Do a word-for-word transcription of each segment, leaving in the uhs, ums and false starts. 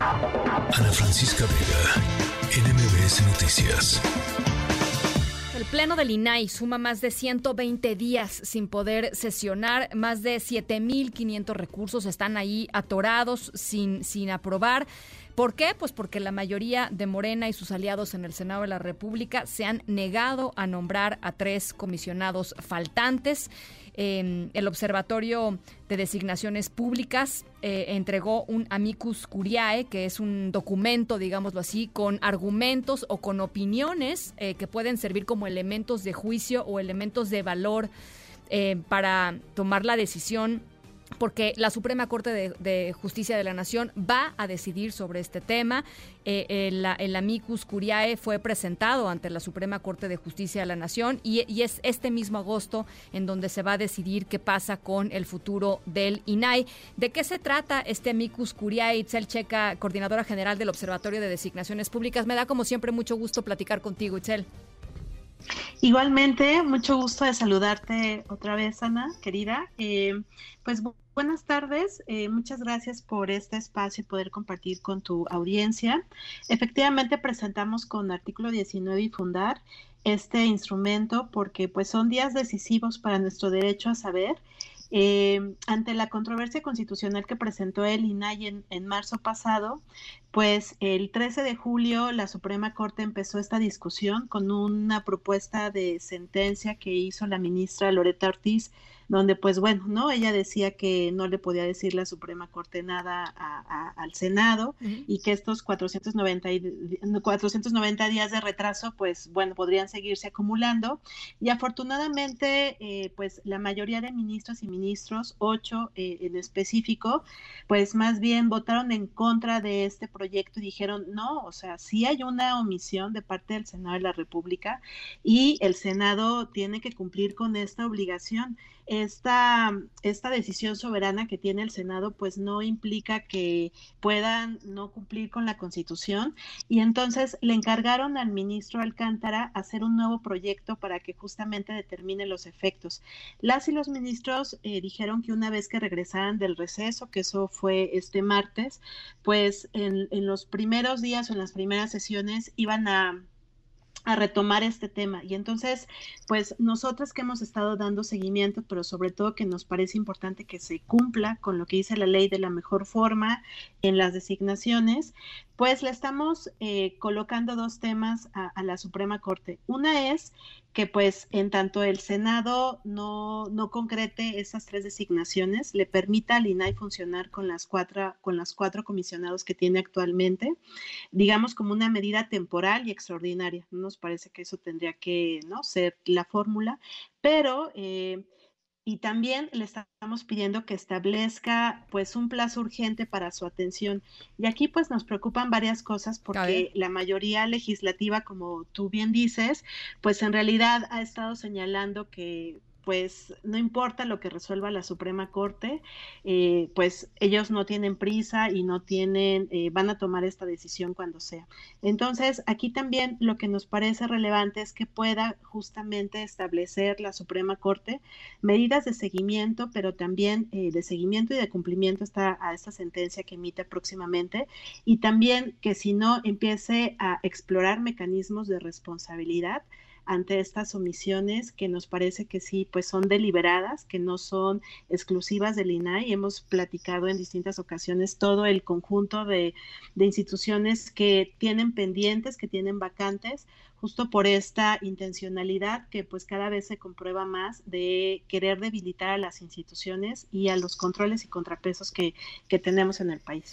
Ana Francisca Vega, N M B S Noticias. El Pleno del I N A I suma más de ciento veinte días sin poder sesionar. Más de siete mil quinientos recursos están ahí atorados sin, sin aprobar. ¿Por qué? Pues porque la mayoría de Morena y sus aliados en el Senado de la República se han negado a nombrar a tres comisionados faltantes. Eh, el Observatorio de Designaciones Públicas eh, entregó un amicus curiae, que es un documento, digámoslo así, con argumentos o con opiniones eh, que pueden servir como elementos de juicio o elementos de valor eh, para tomar la decisión, porque la Suprema Corte de, de Justicia de la Nación va a decidir sobre este tema. Eh, el, el amicus curiae fue presentado ante la Suprema Corte de Justicia de la Nación y, y es este mismo agosto en donde se va a decidir qué pasa con el futuro del I N A I. ¿De qué se trata este amicus curiae? Itzel Checa, coordinadora general del Observatorio de Designaciones Públicas. Me da como siempre mucho gusto platicar contigo, Itzel. Igualmente, mucho gusto de saludarte otra vez, Ana, querida. Eh, pues bu- buenas tardes, eh, muchas gracias por este espacio y poder compartir con tu audiencia. Efectivamente, presentamos con artículo diecinueve y Fundar este instrumento porque pues son días decisivos para nuestro derecho a saber. Eh, ante la controversia constitucional que presentó el I N A I en, en marzo pasado, pues el trece de julio la Suprema Corte empezó esta discusión con una propuesta de sentencia que hizo la ministra Loretta Ortiz, donde pues bueno, ¿no? Ella decía que no le podía decir la Suprema Corte nada a, a, al Senado uh-huh. y que estos cuatrocientos noventa, y, cuatrocientos noventa días de retraso pues bueno, podrían seguirse acumulando y afortunadamente eh, pues la mayoría de ministros y ministros, ocho eh, en específico, pues más bien votaron en contra de este proyecto y dijeron no, o sea, sí hay una omisión de parte del Senado de la República y el Senado tiene que cumplir con esta obligación. Esta, esta decisión soberana que tiene el Senado pues no implica que puedan no cumplir con la Constitución y entonces le encargaron al ministro Alcántara hacer un nuevo proyecto para que justamente determine los efectos. Las y los ministros eh, dijeron que una vez que regresaran del receso, que eso fue este martes, pues en, en los primeros días o en las primeras sesiones iban a a retomar este tema. Y entonces, pues nosotras que hemos estado dando seguimiento, pero sobre todo que nos parece importante que se cumpla con lo que dice la ley de la mejor forma en las designaciones, pues le estamos eh, colocando dos temas a, a la Suprema Corte. Una es que pues en tanto el Senado no, no concrete esas tres designaciones, le permita al I N A I funcionar con las cuatro, con las cuatro comisionados que tiene actualmente, digamos como una medida temporal y extraordinaria. Nos parece que eso tendría que, ¿no?, ser la fórmula, pero eh, y también le estamos pidiendo que establezca pues un plazo urgente para su atención. Y aquí pues nos preocupan varias cosas porque la mayoría legislativa, como tú bien dices, pues en realidad ha estado señalando que pues no importa lo que resuelva la Suprema Corte, eh, pues ellos no tienen prisa y no tienen, eh, van a tomar esta decisión cuando sea. Entonces, aquí también lo que nos parece relevante es que pueda justamente establecer la Suprema Corte medidas de seguimiento, pero también eh, de seguimiento y de cumplimiento esta, a esta sentencia que emite próximamente, y también que si no empiece a explorar mecanismos de responsabilidad ante estas omisiones que nos parece que sí, pues son deliberadas, que no son exclusivas del I N A I. Hemos platicado en distintas ocasiones todo el conjunto de, de instituciones que tienen pendientes, que tienen vacantes, justo por esta intencionalidad que pues cada vez se comprueba más de querer debilitar a las instituciones y a los controles y contrapesos que, que tenemos en el país.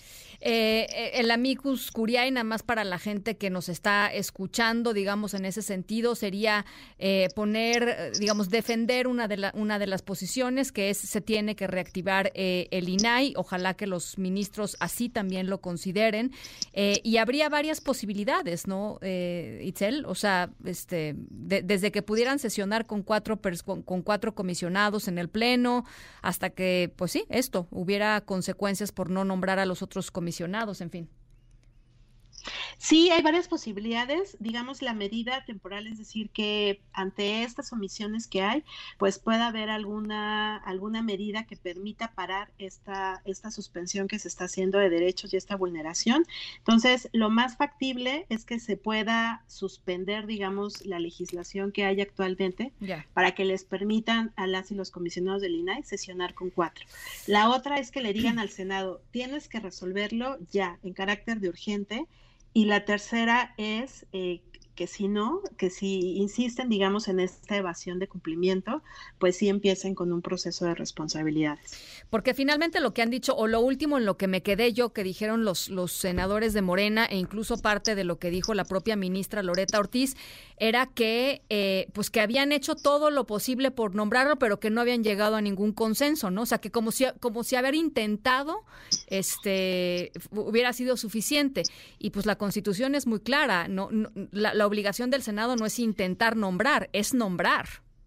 Eh, el amicus curiae, nada más para la gente que nos está escuchando, digamos, en ese sentido, sería eh, poner, digamos, defender una de, la, una de las posiciones, que es se tiene que reactivar eh, el I N A I. Ojalá que los ministros así también lo consideren. Eh, y habría varias posibilidades, ¿no, eh, Itzel? O sea, este, de, desde que pudieran sesionar con cuatro, pers- con, con cuatro comisionados en el Pleno, hasta que, pues sí, esto, hubiera consecuencias por no nombrar a los otros comisionados, en fin. Sí, hay varias posibilidades. Digamos, la medida temporal, es decir, que ante estas omisiones que hay, pues pueda haber alguna, alguna medida que permita parar esta, esta suspensión que se está haciendo de derechos y esta vulneración. Entonces, lo más factible es que se pueda suspender, digamos, la legislación que hay actualmente yeah. para que les permitan a las y los comisionados del I N A I sesionar con cuatro. La otra es que le digan al Senado, tienes que resolverlo ya, en carácter de urgente. Y la tercera es eh, que si no, que si insisten, digamos, en esta evasión de cumplimiento, pues sí empiecen con un proceso de responsabilidades. Porque finalmente lo que han dicho, o lo último en lo que me quedé yo, que dijeron los, los senadores de Morena, e incluso parte de lo que dijo la propia ministra Loretta Ortiz, era que eh, pues que habían hecho todo lo posible por nombrarlo, pero que no habían llegado a ningún consenso, ¿no? O sea, que como si, como si haber intentado este hubiera sido suficiente. Y pues la Constitución es muy clara, no, no la, la obligación del Senado no es intentar nombrar, es nombrar.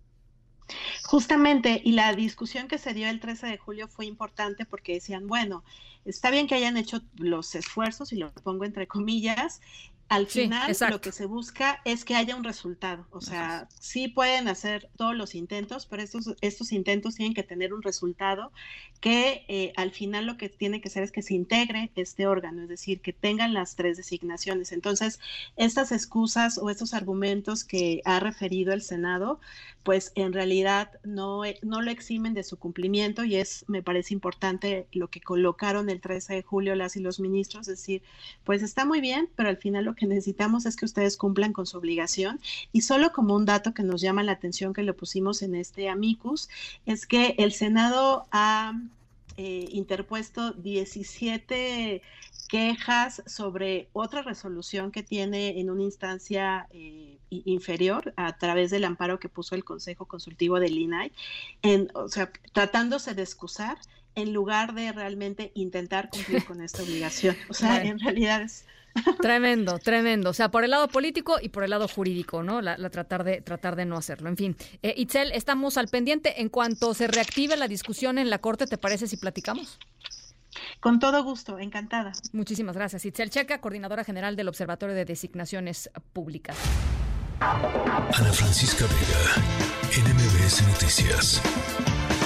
Justamente, y la discusión que se dio el trece de julio fue importante porque decían, bueno, está bien que hayan hecho los esfuerzos, y lo pongo entre comillas, al final sí, lo que se busca es que haya un resultado, o sea, sí pueden hacer todos los intentos, pero estos, estos intentos tienen que tener un resultado que eh, al final lo que tiene que ser es que se integre este órgano, es decir, que tengan las tres designaciones. Entonces, estas excusas o estos argumentos que ha referido el Senado, pues en realidad no, no lo eximen de su cumplimiento, y es, me parece importante lo que colocaron el trece de julio las y los ministros, es decir, pues está muy bien, pero al final lo que necesitamos es que ustedes cumplan con su obligación. Y solo como un dato que nos llama la atención, que lo pusimos en este amicus, es que el Senado ha eh, interpuesto diecisiete quejas sobre otra resolución que tiene en una instancia eh, inferior a través del amparo que puso el Consejo Consultivo del I N A I, en, o sea, tratándose de excusar en lugar de realmente intentar cumplir con esta obligación. O sea, bueno, en realidad es... Tremendo, tremendo. O sea, por el lado político y por el lado jurídico, ¿no? La, la tratar de tratar de no hacerlo. En fin, eh, Itzel, estamos al pendiente. En cuanto se reactive la discusión en la Corte, ¿te parece si platicamos? Con todo gusto, encantada. Muchísimas gracias. Itzel Checa, coordinadora general del Observatorio de Designaciones Públicas. Ana Francisca Vega, N M B S Noticias.